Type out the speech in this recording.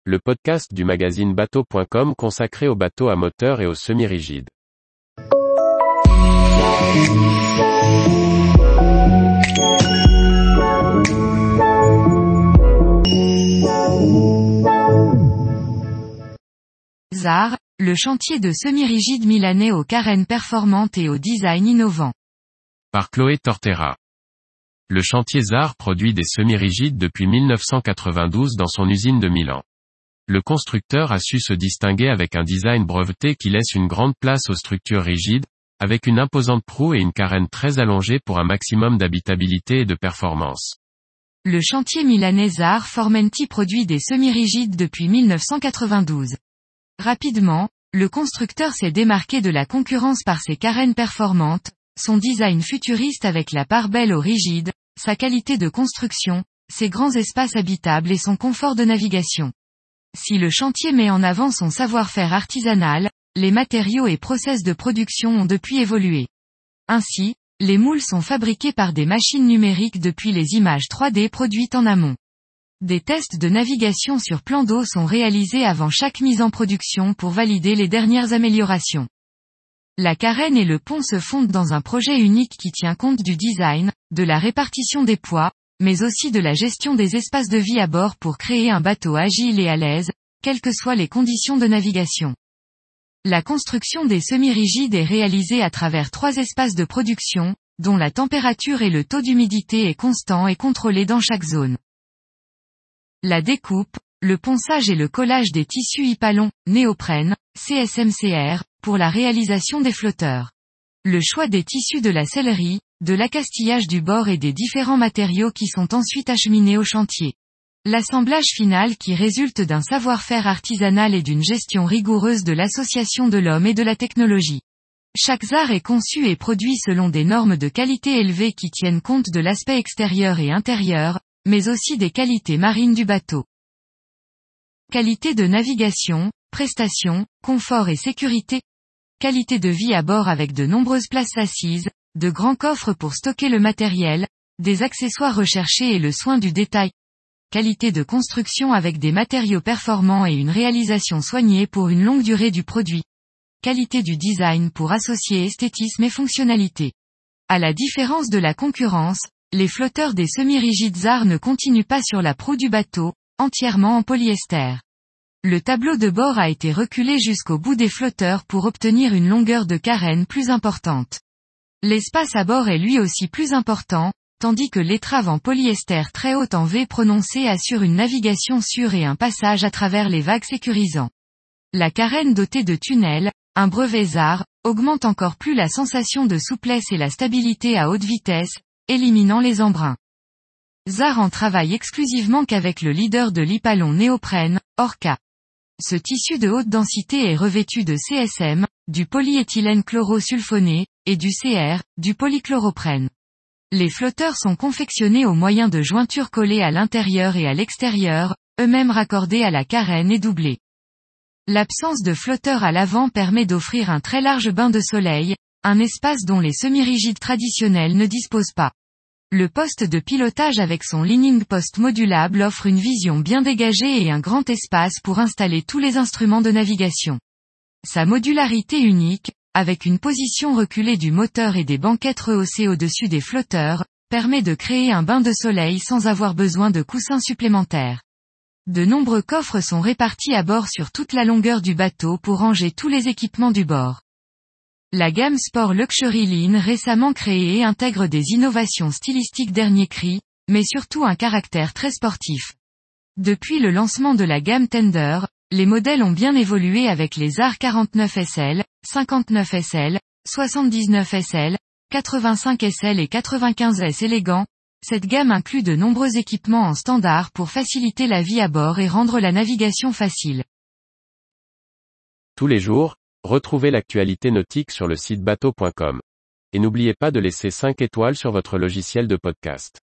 le podcast du magazine bateau.com consacré aux bateaux à moteur et aux semi-rigides. ZAR, le chantier de semi-rigide milanais aux carènes performantes et au design innovant. Par Chloé Tortera. Le chantier ZAR produit des semi-rigides depuis 1992 dans son usine de Milan. Le constructeur a su se distinguer avec un design breveté qui laisse une grande place aux structures rigides, avec une imposante proue et une carène très allongée pour un maximum d'habitabilité et de performance. Le chantier milanais ZAR Formenti produit des semi-rigides depuis 1992. Rapidement, le constructeur s'est démarqué de la concurrence par ses carènes performantes, son design futuriste avec la part belle aux rigides, sa qualité de construction, ses grands espaces habitables et son confort de navigation. Si le chantier met en avant son savoir-faire artisanal, les matériaux et process de production ont depuis évolué. Ainsi, les moules sont fabriqués par des machines numériques depuis les images 3D produites en amont. Des tests de navigation sur plan d'eau sont réalisés avant chaque mise en production pour valider les dernières améliorations. La carène et le pont se fondent dans un projet unique qui tient compte du design, de la répartition des poids, mais aussi de la gestion des espaces de vie à bord pour créer un bateau agile et à l'aise, quelles que soient les conditions de navigation. La construction des semi-rigides est réalisée à travers 3 espaces de production, dont la température et le taux d'humidité est constant et contrôlé dans chaque zone. La découpe, le ponçage et le collage des tissus Hypalon, néoprène, CSMCR, pour la réalisation des flotteurs. Le choix des tissus de la sellerie, de l'accastillage du bord et des différents matériaux qui sont ensuite acheminés au chantier. L'assemblage final qui résulte d'un savoir-faire artisanal et d'une gestion rigoureuse de l'association de l'homme et de la technologie. Chaque ZAR est conçu et produit selon des normes de qualité élevées qui tiennent compte de l'aspect extérieur et intérieur, mais aussi des qualités marines du bateau. Qualité de navigation, prestations, confort et sécurité. Qualité de vie à bord avec de nombreuses places assises, de grands coffres pour stocker le matériel, des accessoires recherchés et le soin du détail. Qualité de construction avec des matériaux performants et une réalisation soignée pour une longue durée du produit. Qualité du design pour associer esthétisme et fonctionnalité. À la différence de la concurrence, les flotteurs des semi-rigides ZAR ne continuent pas sur la proue du bateau, entièrement en polyester. Le tableau de bord a été reculé jusqu'au bout des flotteurs pour obtenir une longueur de carène plus importante. L'espace à bord est lui aussi plus important, tandis que l'étrave en polyester très haute en V prononcée assure une navigation sûre et un passage à travers les vagues sécurisant. La carène dotée de tunnels, un brevet ZAR, augmente encore plus la sensation de souplesse et la stabilité à haute vitesse, éliminant les embruns. ZAR en travaille exclusivement qu'avec le leader de l'Hypalon néoprène, Orca. Ce tissu de haute densité est revêtu de CSM, du polyéthylène chlorosulfoné, et du CR, du polychloroprène. Les flotteurs sont confectionnés au moyen de jointures collées à l'intérieur et à l'extérieur, eux-mêmes raccordés à la carène et doublés. L'absence de flotteurs à l'avant permet d'offrir un très large bain de soleil, un espace dont les semi-rigides traditionnels ne disposent pas. Le poste de pilotage avec son leaning post modulable offre une vision bien dégagée et un grand espace pour installer tous les instruments de navigation. Sa modularité unique, avec une position reculée du moteur et des banquettes rehaussées au-dessus des flotteurs, permet de créer un bain de soleil sans avoir besoin de coussins supplémentaires. De nombreux coffres sont répartis à bord sur toute la longueur du bateau pour ranger tous les équipements du bord. La gamme Sport Luxury Line récemment créée intègre des innovations stylistiques dernier cri, mais surtout un caractère très sportif. Depuis le lancement de la gamme Tender, les modèles ont bien évolué avec les ZAR 49 SL, 59 SL, 79 SL, 85 SL et 95 S élégants. Cette gamme inclut de nombreux équipements en standard pour faciliter la vie à bord et rendre la navigation facile. Tous les jours, retrouvez l'actualité nautique sur le site bateau.com. Et n'oubliez pas de laisser 5 étoiles sur votre logiciel de podcast.